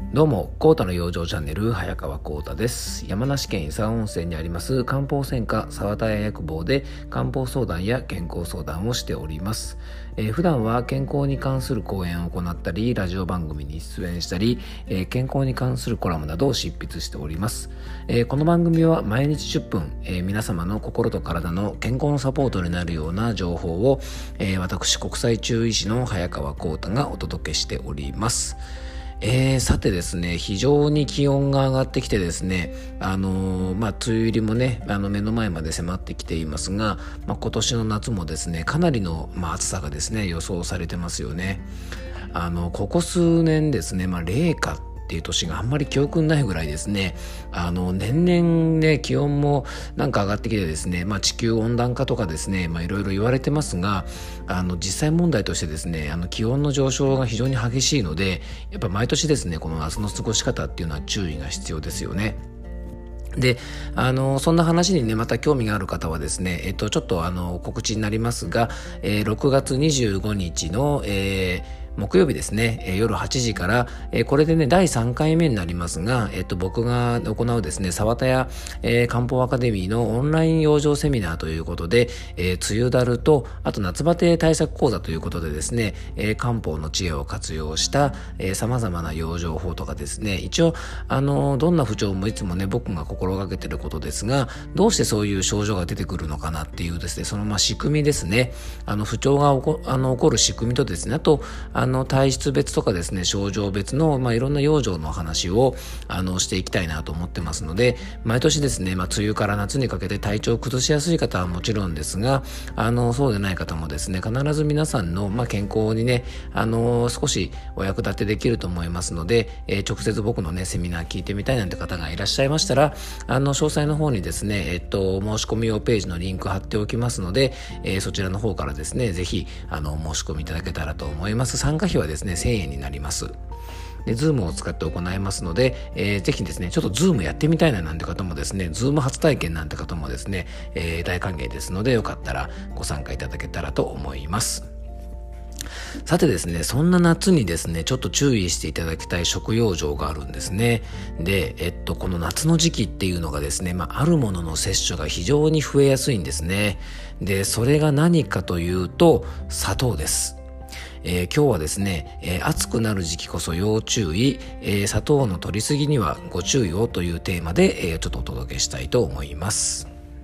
どうも、コータの養生チャンネル、早川コータです。山梨県伊佐温泉にあります漢方専科沢田屋薬房で漢方相談や健康相談をしております。普段は健康に関する講演を行ったり、ラジオ番組に出演したり、健康に関するコラムなどを執筆しております。この番組は毎日10分、皆様の心と体の健康のサポートになるような情報を、私、国際中医師の早川コータがお届けしております。さてですね、非常に気温が上がってきてですね、梅雨入りもね、目の前まで迫ってきていますが、今年の夏もですね、かなりの、暑さがですね、予想されてますよね。ここ数年ですね、冷夏っていう年があんまり記憶にないぐらいですね、年々ね、気温もなんか上がってきてですね、地球温暖化とかですね、いろいろ言われてますが、実際問題としてですね、気温の上昇が非常に激しいので、やっぱ毎年ですね、この夏の過ごし方っていうのは注意が必要ですよね。で、そんな話にね、また興味がある方はですね、ちょっと告知になりますが、6月25日の、木曜日ですね、夜8時から、これでね、第3回目になりますが、僕が行うですね、沢田屋、漢方アカデミーのオンライン養生セミナーということで、梅雨だると、あと夏バテ対策講座ということでですね、漢方の知恵を活用した、様々な養生法とかですね、一応、どんな不調もいつもね、僕が心がけていることですが、どうしてそういう症状が出てくるのかなっていうですね、その仕組みですね、不調が起こる仕組みとですね、あと、体質別とかですね、症状別の、いろんな養生の話を、していきたいなと思ってますので、毎年ですね、梅雨から夏にかけて体調を崩しやすい方はもちろんですが、そうでない方もですね、必ず皆さんの、健康にね、少しお役立てできると思いますので、直接僕のね、セミナー聞いてみたいなんて方がいらっしゃいましたら、詳細の方にですね、申し込み用ページのリンク貼っておきますので、そちらの方からですね、ぜひ、申し込みいただけたらと思います。参加費はですね、1000円になります。で、ズームを使って行いますので、ぜひですね、ちょっとズームやってみたいななんて方もですね、ズーム初体験なんて方もですね、大歓迎ですので、よかったらご参加いただけたらと思います。さてですね、そんな夏にですね、ちょっと注意していただきたい食養生があるんですね。で、この夏の時期っていうのがですね、あるものの摂取が非常に増えやすいんですね。で、それが何かというと、砂糖です。今日はですね、暑くなる時期こそ要注意、砂糖の摂りすぎにはご注意をというテーマで、ちょっとお届けしたいと思います。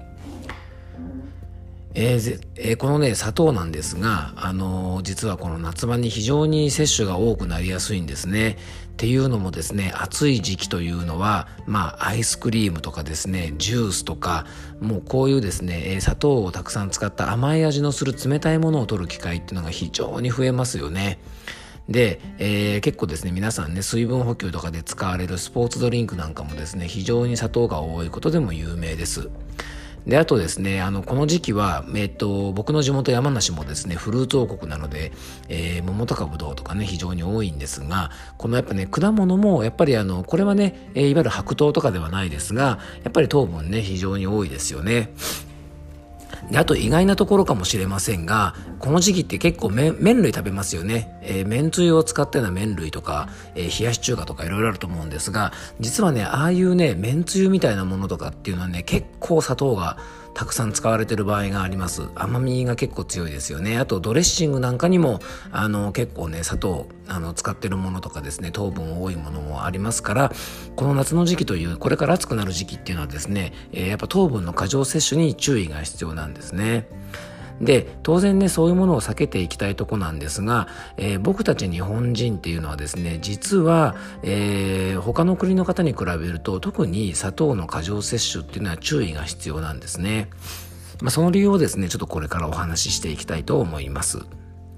このね、砂糖なんですが、実はこの夏場に非常に摂取が多くなりやすいんですね。っていうのもですね、暑い時期というのは、アイスクリームとかですね、ジュースとか、もうこういうですね、砂糖をたくさん使った甘い味のする冷たいものを摂る機会っていうのが非常に増えますよね。で、結構ですね、皆さんね、水分補給とかで使われるスポーツドリンクなんかもですね、非常に砂糖が多いことでも有名です。で、あとですね、この時期は、僕の地元山梨もですね、フルーツ王国なので、桃とかぶどうとかね、非常に多いんですが、このやっぱね、果物も、やっぱりこれはね、いわゆる白桃とかではないですが、やっぱり糖分ね、非常に多いですよね。で、あと意外なところかもしれませんが、この時期って結構麺類食べますよね。麺つゆを使ったような麺類とか、冷やし中華とかいろいろあると思うんですが、実はね、ああいうね、麺つゆみたいなものとかっていうのはね、結構砂糖がたくさん使われている場合があります。甘みが結構強いですよね。あとドレッシングなんかにも結構ね、砂糖使ってるものとかですね、糖分多いものもありますから、この夏の時期というこれから暑くなる時期っていうのはですね、やっぱ糖分の過剰摂取に注意が必要なんですね。で、当然ね、そういうものを避けていきたいとこなんですが、僕たち日本人っていうのはですね、実は、他の国の方に比べると特に砂糖の過剰摂取っていうのは注意が必要なんですね。その理由をですね、ちょっとこれからお話ししていきたいと思います。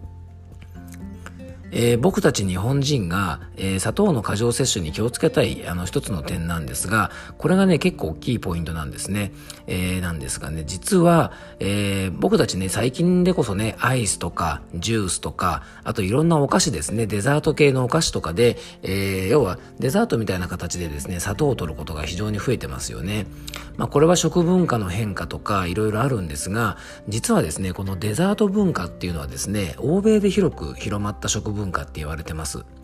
僕たち日本人が、砂糖の過剰摂取に気をつけたい一つの点なんですが、これがね結構大きいポイントなんですね。なんですがね、実は、僕たちね最近でこそねアイスとかジュースとか、あといろんなお菓子ですね、デザート系のお菓子とかで、要はデザートみたいな形でですね砂糖を摂ることが非常に増えてますよね。これは食文化の変化とかいろいろあるんですが、実はですねこのデザート文化っていうのはですね、欧米で広く広まった食文化って言われてます。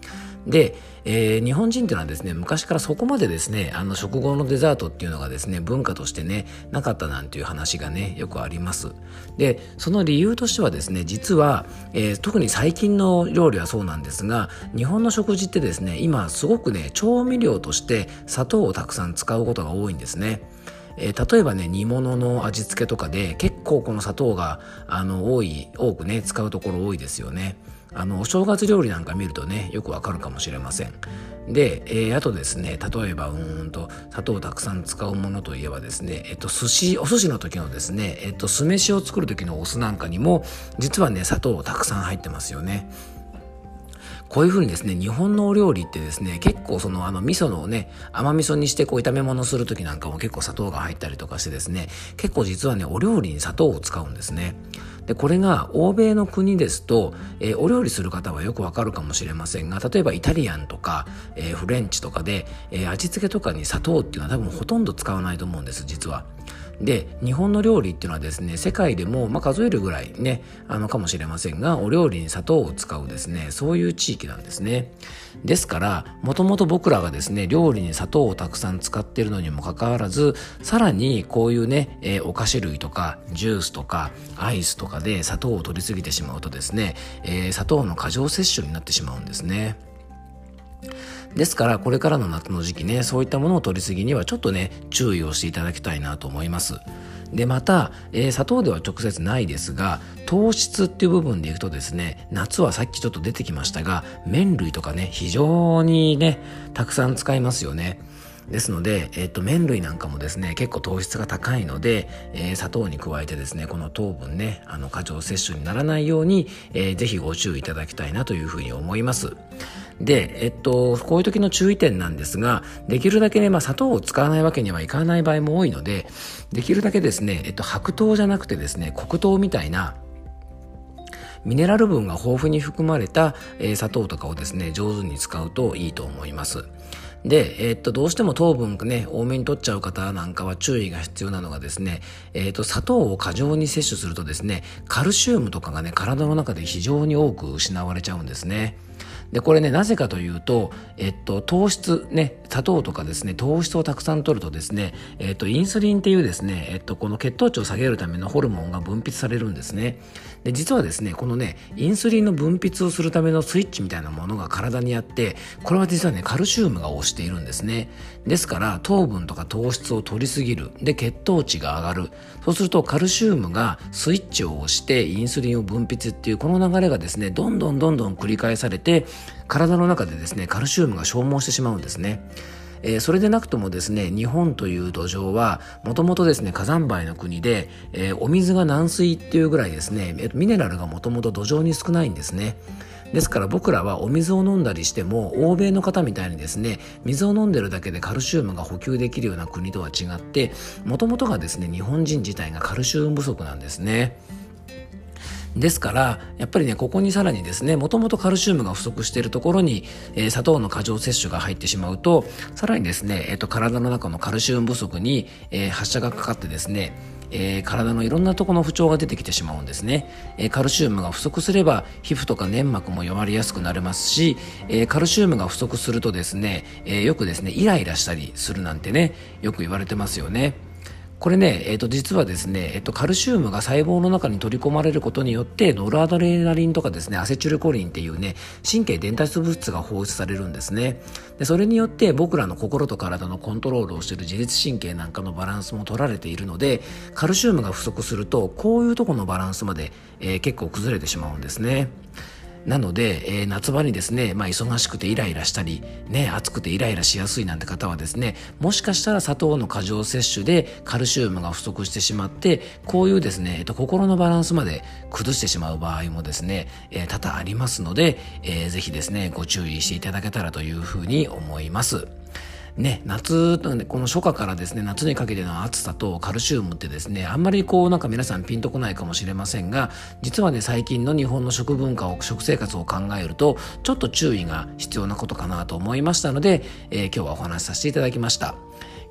で、日本人っていうのはですね、昔からそこまでですね、食後のデザートっていうのがですね、文化としてね、なかったなんていう話がね、よくあります。で、その理由としてはですね、実は、特に最近の料理はそうなんですが、日本の食事ってですね、今すごくね、調味料として砂糖をたくさん使うことが多いんですね。例えばね、煮物の味付けとかで結構この砂糖が多くね使うところ多いですよね。お正月料理なんか見るとねよくわかるかもしれません。で、あとですね、例えば砂糖をたくさん使うものといえばですね、お寿司の時のですね、酢飯を作る時のお酢なんかにも実はね砂糖をたくさん入ってますよね。こういう風にですね、日本のお料理ってですね、結構味噌のね、甘味噌にして炒め物する時なんかも結構砂糖が入ったりとかしてですね、結構実はね、お料理に砂糖を使うんですね。で、これが欧米の国ですと、お料理する方はよくわかるかもしれませんが、例えばイタリアンとか、フレンチとかで、味付けとかに砂糖っていうのは多分ほとんど使わないと思うんです、実は。で、日本の料理っていうのはですね、世界でも、数えるぐらいね、かもしれませんが、お料理に砂糖を使うですね、そういう地域なんですね。ですから、もともと僕らがですね、料理に砂糖をたくさん使っているのにもかかわらず、さらにこういうね、お菓子類とか、ジュースとか、アイスとかで砂糖を取りすぎてしまうとですね、砂糖の過剰摂取になってしまうんですね。ですからこれからの夏の時期ね、そういったものを取りすぎにはちょっとね注意をしていただきたいなと思います。でまた、砂糖では直接ないですが、糖質っていう部分でいくとですね、夏はさっきちょっと出てきましたが、麺類とかね非常にねたくさん使いますよね。ですので、麺類なんかもですね結構糖質が高いので、砂糖に加えてですねこの糖分ね過剰摂取にならないように、ぜひご注意いただきたいなというふうに思います。で、こういう時の注意点なんですが、できるだけね、砂糖を使わないわけにはいかない場合も多いので、できるだけですね、白糖じゃなくてですね、黒糖みたいなミネラル分が豊富に含まれた、砂糖とかをですね、上手に使うといいと思います。で、どうしても糖分ね、多めに取っちゃう方なんかは注意が必要なのがですね、砂糖を過剰に摂取するとですね、カルシウムとかがね、体の中で非常に多く失われちゃうんですね。で、これね、なぜかというと、糖質ね、砂糖とかですね、糖質をたくさん取るとですね、インスリンっていうですね、この血糖値を下げるためのホルモンが分泌されるんですね。で、実はですね、このね、インスリンの分泌をするためのスイッチみたいなものが体にあって、これは実はね、カルシウムが押しているんですね。ですから、糖分とか糖質を取りすぎる。で、血糖値が上がる。そうすると、カルシウムがスイッチを押して、インスリンを分泌っていう、この流れがですね、どんどん繰り返されて、体の中でですね、カルシウムが消耗してしまうんですね。それでなくともですね、日本という土壌はもともとですね火山灰の国で、お水が軟水っていうぐらいですね、ミネラルがもともと土壌に少ないんですね。ですから僕らはお水を飲んだりしても、欧米の方みたいにですね、水を飲んでるだけでカルシウムが補給できるような国とは違って、もともとがですね、日本人自体がカルシウム不足なんですね。ですからやっぱりね、ここにさらにですね、もともとカルシウムが不足しているところに、砂糖の過剰摂取が入ってしまうと、さらにですね、体の中のカルシウム不足に、発射がかかってですね、体のいろんなところの不調が出てきてしまうんですね。カルシウムが不足すれば皮膚とか粘膜も弱りやすくなりますし、カルシウムが不足するとですね、よくですねイライラしたりするなんてね、よく言われてますよね。これね、実はですね、カルシウムが細胞の中に取り込まれることによって、ノルアドレナリンとかですね、アセチルコリンっていうね、神経伝達物質が放出されるんですね。で、それによって僕らの心と体のコントロールをしている自律神経なんかのバランスも取られているので、カルシウムが不足すると、こういうところのバランスまで、結構崩れてしまうんですね。なので、夏場にですね、忙しくてイライラしたり、ね、暑くてイライラしやすいなんて方はですね、もしかしたら砂糖の過剰摂取でカルシウムが不足してしまって、こういうですね、心のバランスまで崩してしまう場合もですね、多々ありますので、ぜひですね、ご注意していただけたらというふうに思います。ね、夏、この初夏からですね、夏にかけての暑さとカルシウムってですね、あんまり皆さんピンとこないかもしれませんが、実はね、最近の日本の食生活を考えると、ちょっと注意が必要なことかなと思いましたので、今日はお話しさせていただきました。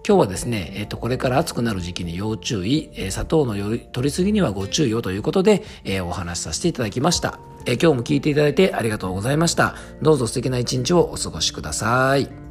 今日はですね、これから暑くなる時期に要注意、砂糖の取りすぎにはご注意をということで、お話しさせていただきました。今日も聞いていただいてありがとうございました。どうぞ素敵な一日をお過ごしください。